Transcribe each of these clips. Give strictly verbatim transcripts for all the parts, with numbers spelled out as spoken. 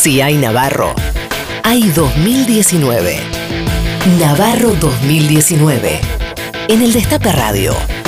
Si hay Navarro, hay dos mil diecinueve. Navarro dos mil diecinueve. En el Destape Radio.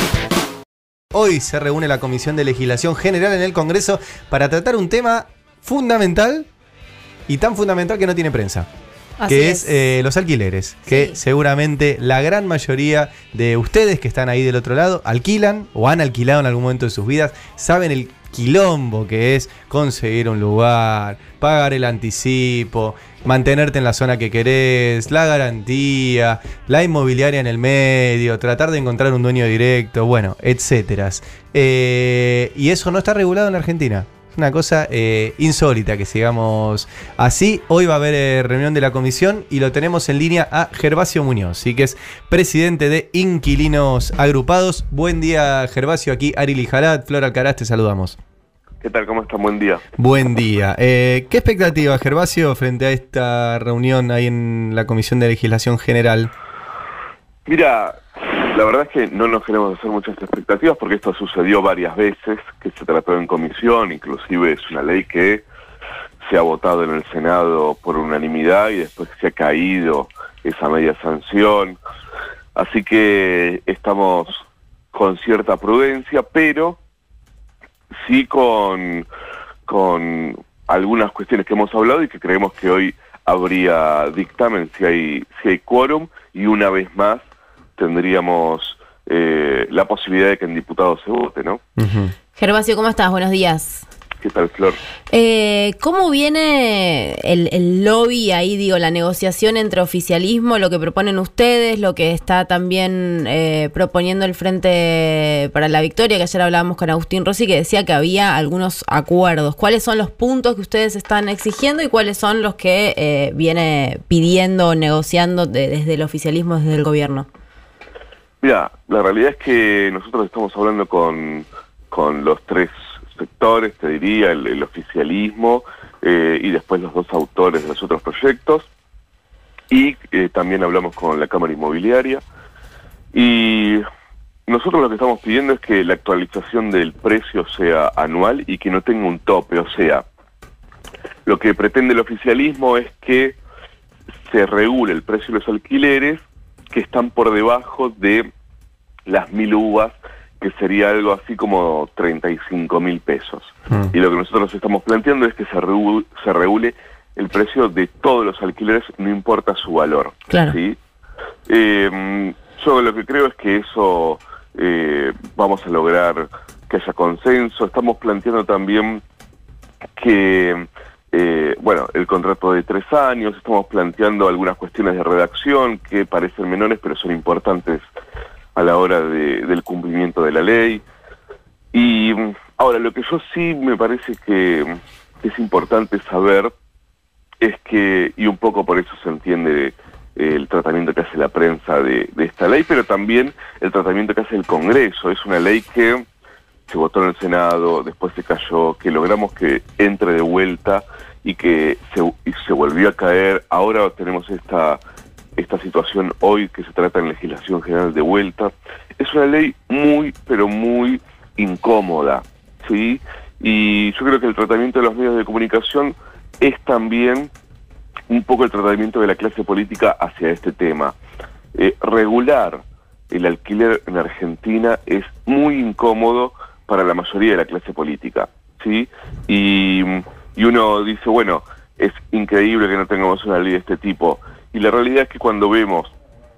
Hoy se reúne la Comisión de Legislación General en el Congreso para tratar un tema fundamental y tan fundamental que no tiene prensa. Así que es, es eh, los alquileres, sí. Que seguramente la gran mayoría de ustedes que están ahí del otro lado alquilan o han alquilado en algún momento de sus vidas, saben el quilombo que es conseguir un lugar, pagar el anticipo, mantenerte en la zona que querés, la garantía, la inmobiliaria en el medio, tratar de encontrar un dueño directo, bueno, etcétera. Eh, y eso no está regulado en Argentina. Una cosa eh, insólita que sigamos así. Hoy va a haber eh, reunión de la comisión y lo tenemos en línea a Gervasio Muñoz, ¿sí? Que es presidente de Inquilinos Agrupados. Buen día, Gervasio. Aquí Ari Lijarat, Flor Alcaraz, te saludamos. ¿Qué tal? ¿Cómo están? Buen día. Buen día. Eh, ¿Qué expectativa, Gervasio, frente a esta reunión ahí en la Comisión de Legislación General? Mira, la verdad es que no nos queremos hacer muchas expectativas porque esto sucedió varias veces, que se trató en comisión, inclusive es una ley que se ha votado en el Senado por unanimidad y después se ha caído esa media sanción. Así que estamos con cierta prudencia, pero sí con, con algunas cuestiones que hemos hablado y que creemos que hoy habría dictamen si hay, si hay quórum, y una vez más tendríamos eh, la posibilidad de que en diputados se vote, ¿no? Uh-huh. Gervasio, ¿cómo estás? Buenos días. ¿Qué tal, Flor? Eh, ¿Cómo viene el, el lobby ahí, digo, la negociación entre oficialismo, lo que proponen ustedes, lo que está también eh, proponiendo el Frente para la Victoria, que ayer hablábamos con Agustín Rossi, que decía que había algunos acuerdos? ¿Cuáles son los puntos que ustedes están exigiendo y cuáles son los que eh, viene pidiendo, negociando de, desde el oficialismo, desde el gobierno? Mira, la realidad es que nosotros estamos hablando con, con los tres sectores, te diría, el, el oficialismo eh, y después los dos autores de los otros proyectos, y eh, también hablamos con la Cámara Inmobiliaria, y nosotros lo que estamos pidiendo es que la actualización del precio sea anual y que no tenga un tope. O sea, lo que pretende el oficialismo es que se regule el precio de los alquileres que están por debajo de las mil uvas, que sería algo así como treinta y cinco mil pesos. Mm. Y lo que nosotros estamos planteando es que se regule, se regule el precio de todos los alquileres, no importa su valor. Claro. ¿Sí? Eh, yo lo que creo es que eso eh, vamos a lograr que haya consenso. Estamos planteando también que, eh, bueno, el contrato de tres años, estamos planteando algunas cuestiones de redacción que parecen menores, pero son importantes a la hora de, del cumplimiento de la ley. Y ahora, lo que yo sí me parece que es importante saber es que, y un poco por eso se entiende el tratamiento que hace la prensa de, de esta ley, pero también el tratamiento que hace el Congreso. Es una ley que se votó en el Senado, después se cayó, que logramos que entre de vuelta y que se, y se volvió a caer. Ahora tenemos esta... esta situación hoy que se trata en legislación general de vuelta. Es una ley muy, pero muy incómoda, ¿sí? Y yo creo que el tratamiento de los medios de comunicación es también un poco el tratamiento de la clase política hacia este tema. Eh, regular el alquiler en Argentina es muy incómodo para la mayoría de la clase política, ¿sí? Y, y uno dice, bueno, es increíble que no tengamos una ley de este tipo. Y la realidad es que cuando vemos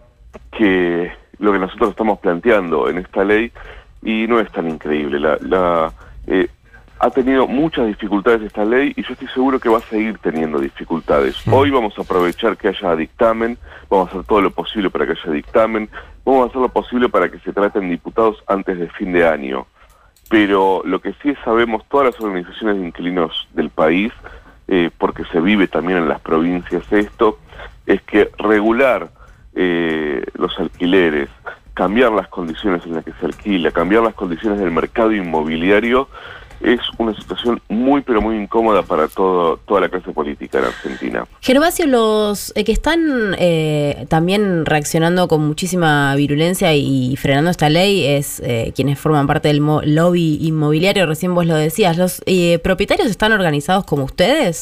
que lo que nosotros estamos planteando en esta ley, y no es tan increíble, la, la eh, ha tenido muchas dificultades esta ley y yo estoy seguro que va a seguir teniendo dificultades. Sí. Hoy vamos a aprovechar que haya dictamen, vamos a hacer todo lo posible para que haya dictamen, vamos a hacer lo posible para que se traten diputados antes de fin de año. Pero lo que sí sabemos, todas las organizaciones de inquilinos del país, eh, porque se vive también en las provincias esto, es que regular eh, los alquileres, cambiar las condiciones en las que se alquila, cambiar las condiciones del mercado inmobiliario, es una situación muy pero muy incómoda para todo, toda la clase política en Argentina. Gervasio, los eh, que están eh, también reaccionando con muchísima virulencia y frenando esta ley es eh, quienes forman parte del lobby inmobiliario, recién vos lo decías. ¿Los eh, propietarios están organizados como ustedes?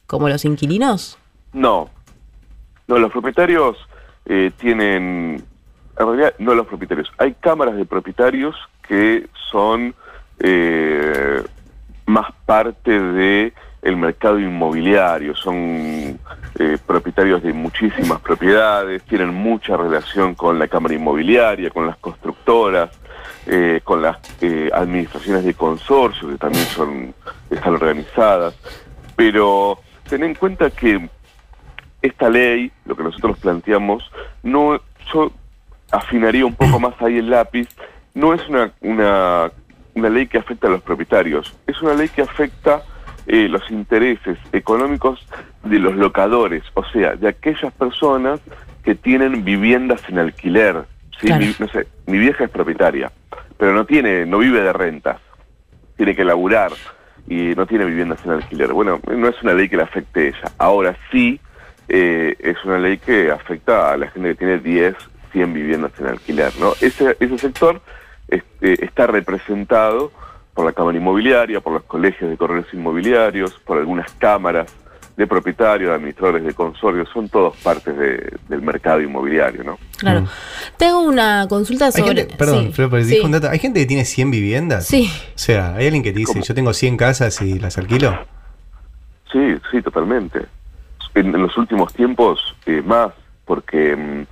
como los inquilinos? No, no, los propietarios eh, tienen, en realidad no los propietarios, hay cámaras de propietarios que son eh, más parte de el mercado inmobiliario, son eh, propietarios de muchísimas propiedades, tienen mucha relación con la cámara inmobiliaria, con las constructoras, eh, con las eh, administraciones de consorcio que también son están organizadas, pero ten en cuenta que esta ley, lo que nosotros planteamos, no, yo afinaría un poco más ahí el lápiz, no es una, una, una ley que afecta a los propietarios, es una ley que afecta eh, los intereses económicos de los locadores, o sea, de aquellas personas que tienen viviendas en alquiler. ¿Sí? Claro. Mi, no sé, mi vieja es propietaria, pero no tiene, no vive de rentas, tiene que laburar y no tiene viviendas en alquiler. Bueno, no es una ley que le afecte a ella. Ahora sí, eh, es una ley que afecta a la gente que tiene diez, cien viviendas en alquiler, ¿no? Ese, ese sector este, está representado por la Cámara Inmobiliaria, por los colegios de corredores inmobiliarios, por algunas cámaras de propietarios, de administradores de consorcios, son todos partes de, del mercado inmobiliario, ¿no? Claro. Mm. Tengo una consulta sobre... Hay gente, perdón, sí, Flor, pero sí. dijo un dato. ¿Hay gente que tiene cien viviendas? Sí. O sea, ¿hay alguien que te dice, ¿Cómo? yo tengo cien casas y las alquilo? Sí, sí, totalmente. En, en los últimos tiempos, eh, más, porque mm,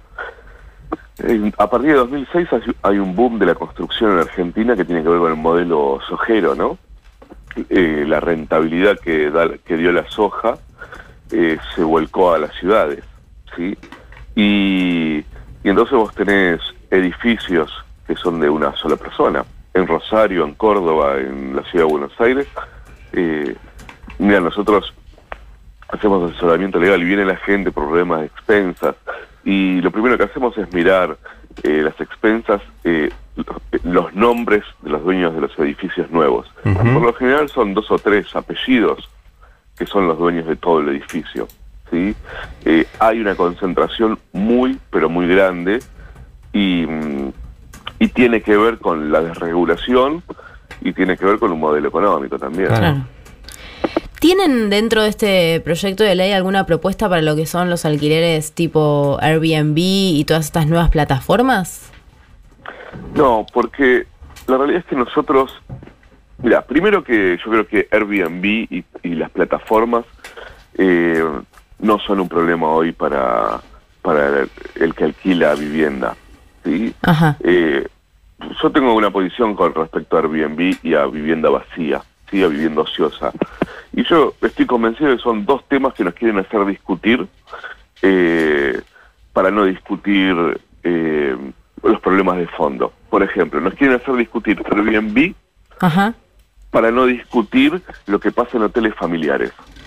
en- a partir de dos mil seis hay, hay un boom de la construcción en Argentina que tiene que ver con el modelo sojero, ¿no? Eh, la rentabilidad que, da, que dio la soja eh, se volcó a las ciudades, ¿sí? Y, y entonces vos tenés edificios que son de una sola persona. En Rosario, en Córdoba, en la ciudad de Buenos Aires. Eh, mira, nosotros hacemos asesoramiento legal y viene la gente por problemas de expensas y lo primero que hacemos es mirar eh, las expensas, eh, los, los nombres de los dueños de los edificios nuevos. Ujú. Por lo general son dos o tres apellidos que son los dueños de todo el edificio, ¿sí? Eh, hay una concentración muy, pero muy grande y, mm, y tiene que ver con la desregulación y tiene que ver con un modelo económico también. Claro. Claro. ¿Tienen dentro de este proyecto de ley alguna propuesta para lo que son los alquileres tipo Airbnb y todas estas nuevas plataformas? No, porque la realidad es que nosotros, mira, primero que yo creo que Airbnb y, y las plataformas eh, no son un problema hoy para, para el, el que alquila vivienda, ¿sí? Ajá. Eh, yo tengo una posición con respecto a Airbnb y a vivienda vacía, ¿sí? A vivienda ociosa. Y yo estoy convencido de que son dos temas que nos quieren hacer discutir eh, para no discutir eh, los problemas de fondo. Por ejemplo, nos quieren hacer discutir Airbnb Ajá. para no discutir lo que pasa en hoteles familiares.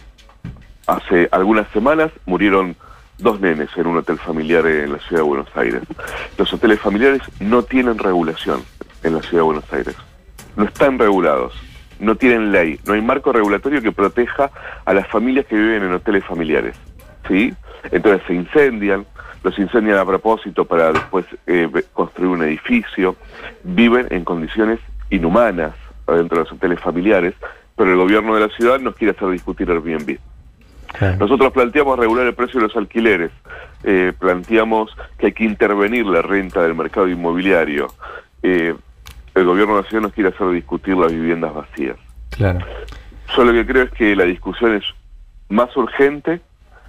Hace algunas semanas murieron dos nenes en un hotel familiar en la ciudad de Buenos Aires. Los hoteles familiares no tienen regulación en la ciudad de Buenos Aires. No están regulados. No tienen ley, no hay marco regulatorio que proteja a las familias que viven en hoteles familiares, ¿sí? Entonces se incendian, los incendian a propósito para después eh, construir un edificio, viven en condiciones inhumanas adentro de los hoteles familiares, pero el gobierno de la ciudad nos quiere hacer discutir Airbnb. Claro. Nosotros planteamos regular el precio de los alquileres, eh, planteamos que hay que intervenir la renta del mercado inmobiliario, eh, el gobierno nacional nos quiere hacer discutir las viviendas vacías. Claro. Yo lo que creo es que la discusión es más urgente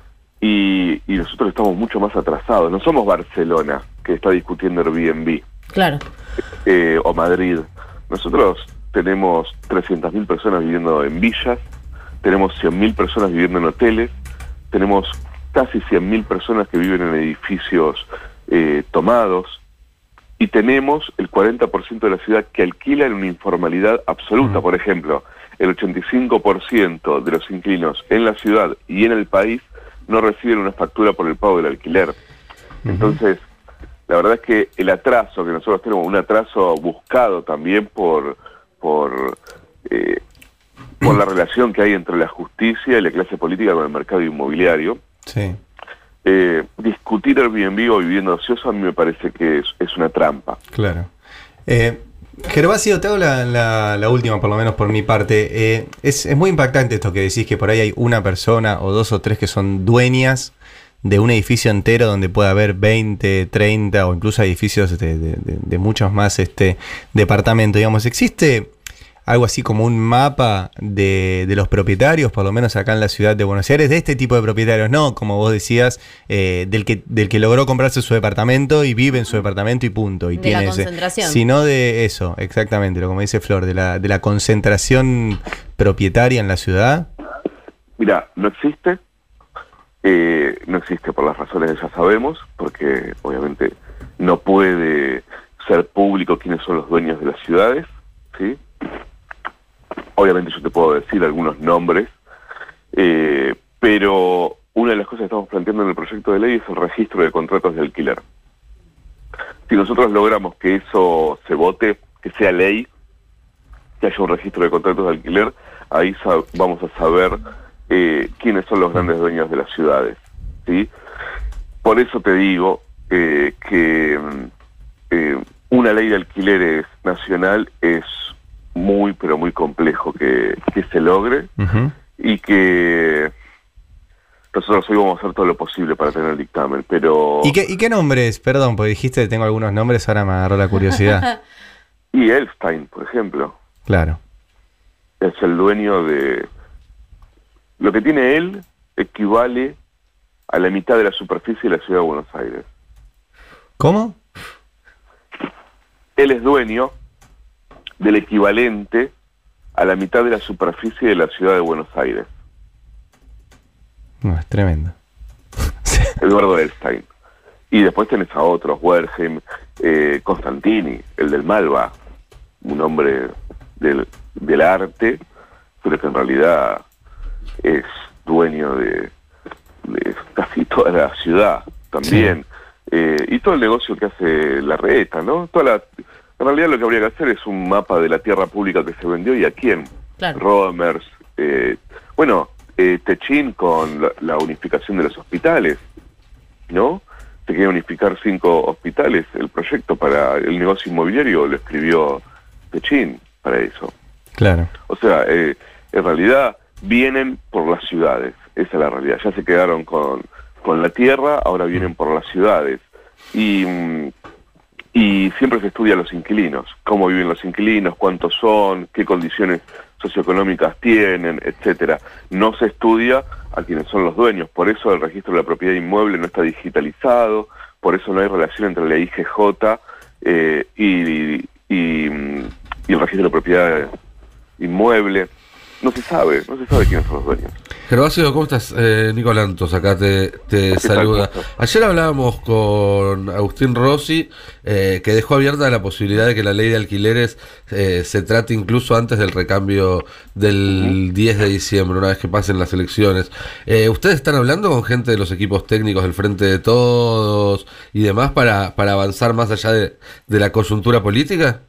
y, y nosotros estamos mucho más atrasados. No somos Barcelona, que está discutiendo Airbnb, Claro. eh, o Madrid. Nosotros tenemos trescientas mil personas viviendo en villas, tenemos cien mil personas viviendo en hoteles, tenemos casi cien mil personas que viven en edificios eh, tomados, y tenemos el cuarenta por ciento de la ciudad que alquila en una informalidad absoluta. Mm. Por ejemplo, el ochenta y cinco por ciento de los inquilinos en la ciudad y en el país no reciben una factura por el pago del alquiler. Ujú. Entonces, la verdad es que el atraso que nosotros tenemos, un atraso buscado también por por eh, por la relación que hay entre la justicia y la clase política con el mercado inmobiliario. Sí. Eh, discutir Airbnb o vivienda ociosa a mí me parece que es, es una trampa. Claro. Eh, Gervasio, te hago la, la, la última, por lo menos por mi parte. Eh, es, es muy impactante esto que decís, que por ahí hay una persona o dos o tres que son dueñas de un edificio entero donde puede haber veinte, treinta o incluso edificios de, de, de, de muchos más este, departamentos. Digamos, ¿existe algo así como un mapa de, de los propietarios, por lo menos acá en la ciudad de Buenos Aires, de este tipo de propietarios? No, como vos decías, eh, del que del que logró comprarse su departamento y vive en su departamento y punto. Y de tiene la ese, concentración. sino de eso, exactamente, lo como dice Flor, de la, de la concentración propietaria en la ciudad. Mira, no existe. Eh, no existe por las razones que ya sabemos, porque obviamente no puede ser público quiénes son los dueños de las ciudades, ¿sí? Obviamente yo te puedo decir algunos nombres, eh, pero una de las cosas que estamos planteando en el proyecto de ley es el registro de contratos de alquiler. Si nosotros logramos que eso se vote, que sea ley, que haya un registro de contratos de alquiler, ahí vamos a saber eh, quiénes son los grandes dueños de las ciudades, ¿sí? Por eso te digo eh, que eh, una ley de alquileres nacional es muy, pero muy complejo que, que se logre, uh-huh. y que nosotros hoy vamos a hacer todo lo posible para tener el dictamen, pero... ¿Y qué, y qué nombres? Perdón, porque dijiste que tengo algunos nombres, ahora me agarró la curiosidad. Y Elstein, por ejemplo. Claro. Es el dueño de... Lo que tiene él equivale a la mitad de la superficie de la ciudad de Buenos Aires. ¿Cómo? Él es dueño del equivalente a la mitad de la superficie de la ciudad de Buenos Aires. No, es tremendo. Eduardo Elstein. Y después tenés a otros, Wertheim, eh, Constantini, el del Malva, un hombre del, del arte, pero que en realidad es dueño de, de casi toda la ciudad también. Sí. Eh, y todo el negocio que hace Larreta, ¿no? Toda la... En realidad lo que habría que hacer es un mapa de la tierra pública que se vendió y a quién. Claro. Romers, eh, bueno, eh, Techín con la, la unificación de los hospitales, ¿no? Se quería unificar cinco hospitales. El proyecto para el negocio inmobiliario lo escribió Techín para eso. Claro. O sea, eh, en realidad vienen por las ciudades. Esa es la realidad. Ya se quedaron con, con la tierra, ahora vienen por las ciudades. Y... Mm, Y siempre se estudia a los inquilinos, cómo viven los inquilinos, cuántos son, qué condiciones socioeconómicas tienen, etcétera. No se estudia a quienes son los dueños, por eso el registro de la propiedad inmueble no está digitalizado, por eso no hay relación entre la I G J eh, y, y, y, y el registro de la propiedad inmueble. No se sabe, no se sabe quiénes son los dueños. Gervasio, ¿cómo estás? Eh, Nico Lantos, acá te, te saluda. Ayer hablábamos con Agustín Rossi, eh, que dejó abierta la posibilidad de que la ley de alquileres eh, se trate incluso antes del recambio del uh-huh. diez de diciembre, una vez que pasen las elecciones. Eh, ¿Ustedes están hablando con gente de los equipos técnicos del Frente de Todos y demás para, para avanzar más allá de, de la coyuntura política?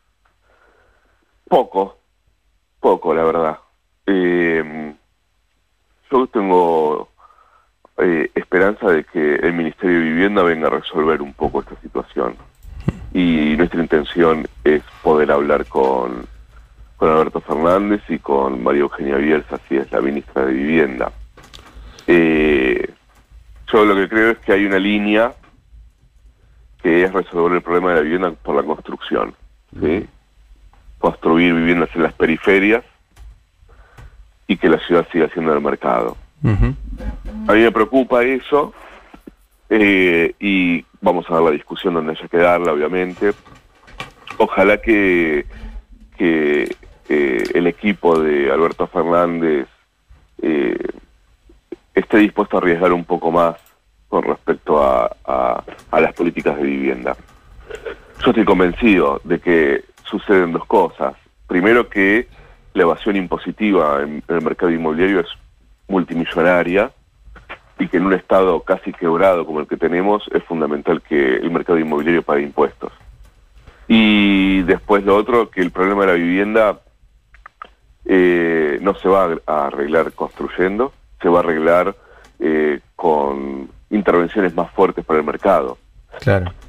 Poco, poco, la verdad. Eh, yo tengo eh, esperanza de que el Ministerio de Vivienda venga a resolver un poco esta situación. Y nuestra intención es poder hablar con, con Alberto Fernández y con María Eugenia Bielsa, si es la ministra de Vivienda. Eh, yo lo que creo es que hay una línea que es resolver el problema de la vivienda por la construcción, ¿sí? Construir viviendas en las periferias y que la ciudad siga siendo el mercado. Uh-huh. A mí me preocupa eso, eh, y vamos a dar la discusión donde haya que darla, obviamente. Ojalá que, que eh, el equipo de Alberto Fernández eh, esté dispuesto a arriesgar un poco más con respecto a, a, a las políticas de vivienda. Yo estoy convencido de que suceden dos cosas. Primero, que la evasión impositiva en, en el mercado inmobiliario es multimillonaria y que en un estado casi quebrado como el que tenemos es fundamental que el mercado inmobiliario pague impuestos. Y después lo otro, que el problema de la vivienda eh, no se va a arreglar construyendo, se va a arreglar eh, con intervenciones más fuertes para el mercado. Claro.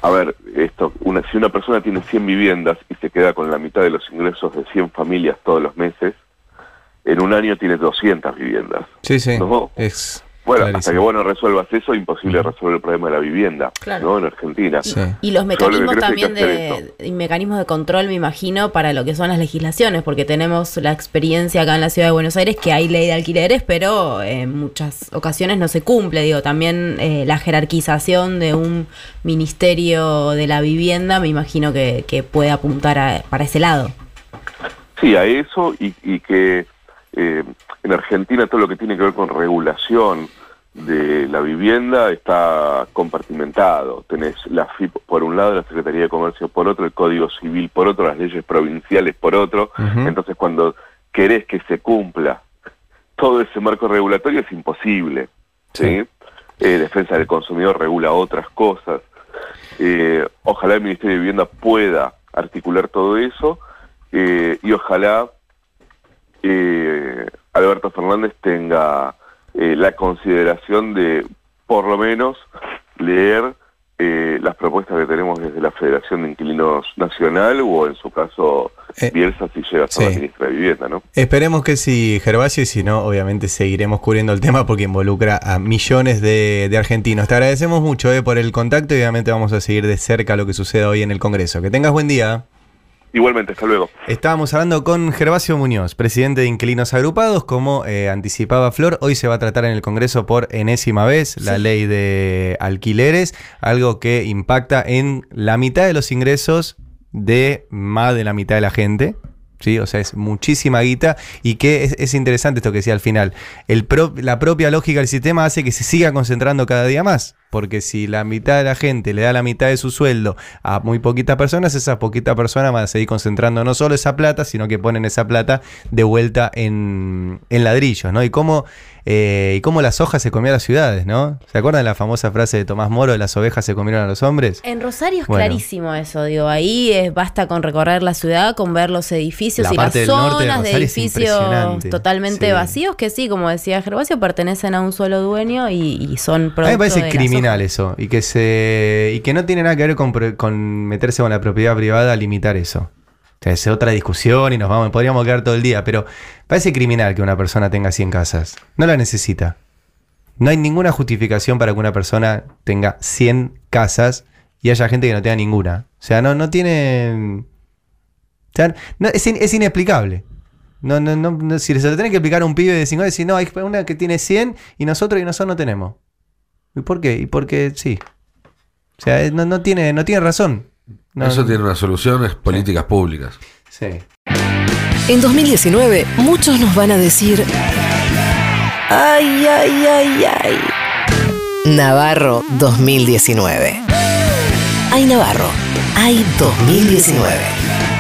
a ver, esto, una, si una persona tiene cien viviendas y se queda con la mitad de los ingresos de cien familias todos los meses, en un año tiene doscientas viviendas. Sí, sí, ¿no? es Bueno, clarísimo. hasta que vos no resuelvas eso, imposible uh-huh. resolver el problema de la vivienda, claro. ¿no? En Argentina. Sí. Y los mecanismos también de y mecanismos de control, me imagino, para lo que son las legislaciones, porque tenemos la experiencia acá en la ciudad de Buenos Aires que hay ley de alquileres, pero en muchas ocasiones no se cumple. Digo, también eh, la jerarquización de un ministerio de la vivienda, me imagino que, que puede apuntar a, para ese lado. Sí, a eso y, y que eh, en Argentina todo lo que tiene que ver con regulación de la vivienda está compartimentado. Tenés la F I P por un lado, la Secretaría de Comercio por otro, el Código Civil por otro, las leyes provinciales por otro. Uh-huh. Entonces, cuando querés que se cumpla todo ese marco regulatorio es imposible. ¿sí? ¿sí? Eh, Defensa del Consumidor regula otras cosas. Eh, ojalá el Ministerio de Vivienda pueda articular todo eso eh, y ojalá eh, Alberto Fernández tenga eh, la consideración de, por lo menos, leer eh, las propuestas que tenemos desde la Federación de Inquilinos Nacional o, en su caso, eh, Bielsa, si llega a ser sí. la ministra de Vivienda, ¿no? Esperemos que sí, Gervasio, y si no, obviamente seguiremos cubriendo el tema porque involucra a millones de, de argentinos. Te agradecemos mucho eh, por el contacto y obviamente vamos a seguir de cerca lo que suceda hoy en el Congreso. Que tengas buen día. Igualmente, hasta luego. Estábamos hablando con Gervasio Muñoz, presidente de Inquilinos Agrupados. Como eh, anticipaba Flor, hoy se va a tratar en el Congreso por enésima vez sí. la ley de alquileres, algo que impacta en la mitad de los ingresos de más de la mitad de la gente. ¿sí? O sea, es muchísima guita y que es, es interesante esto que decía al final. El pro, la propia lógica del sistema hace que se siga concentrando cada día más. Porque si la mitad de la gente le da la mitad de su sueldo a muy poquitas personas, esas poquitas personas van a seguir concentrando no solo esa plata, sino que ponen esa plata de vuelta en, en ladrillos, ¿no? Y cómo, eh, y cómo las hojas se comían a las ciudades, ¿no? ¿Se acuerdan de la famosa frase de Tomás Moro, las ovejas se comieron a los hombres? En Rosario es bueno. clarísimo eso, digo, ahí es, basta con recorrer la ciudad, con ver los edificios la y las zonas de, de edificios totalmente sí. vacíos, que sí, como decía Gervasio, pertenecen a un solo dueño y, y son producto a mí me parece de criminal eso, y que se y que no tiene nada que ver con, con meterse con la propiedad privada a limitar eso. O sea, es otra discusión y nos vamos, podríamos quedar todo el día, pero parece criminal que una persona tenga cien casas. No la necesita. No hay ninguna justificación para que una persona tenga cien casas y haya gente que no tenga ninguna. O sea, no, no tiene... O sea, no, es, in, es inexplicable. No, no, no, no, si se lo tiene que explicar a un pibe de cincuenta, decir, no, hay una que tiene cien y nosotros y nosotros no tenemos. ¿Y por qué? Y porque sí. O sea, no, no, tiene, no tiene razón. No, Eso no. tiene una solución, es políticas sí. públicas. Sí. En dos mil diecinueve, muchos nos van a decir: ¡ay, ay, ay, ay! Navarro dos mil diecinueve. ¡Ay, Navarro! ¡Ay, dos mil diecinueve!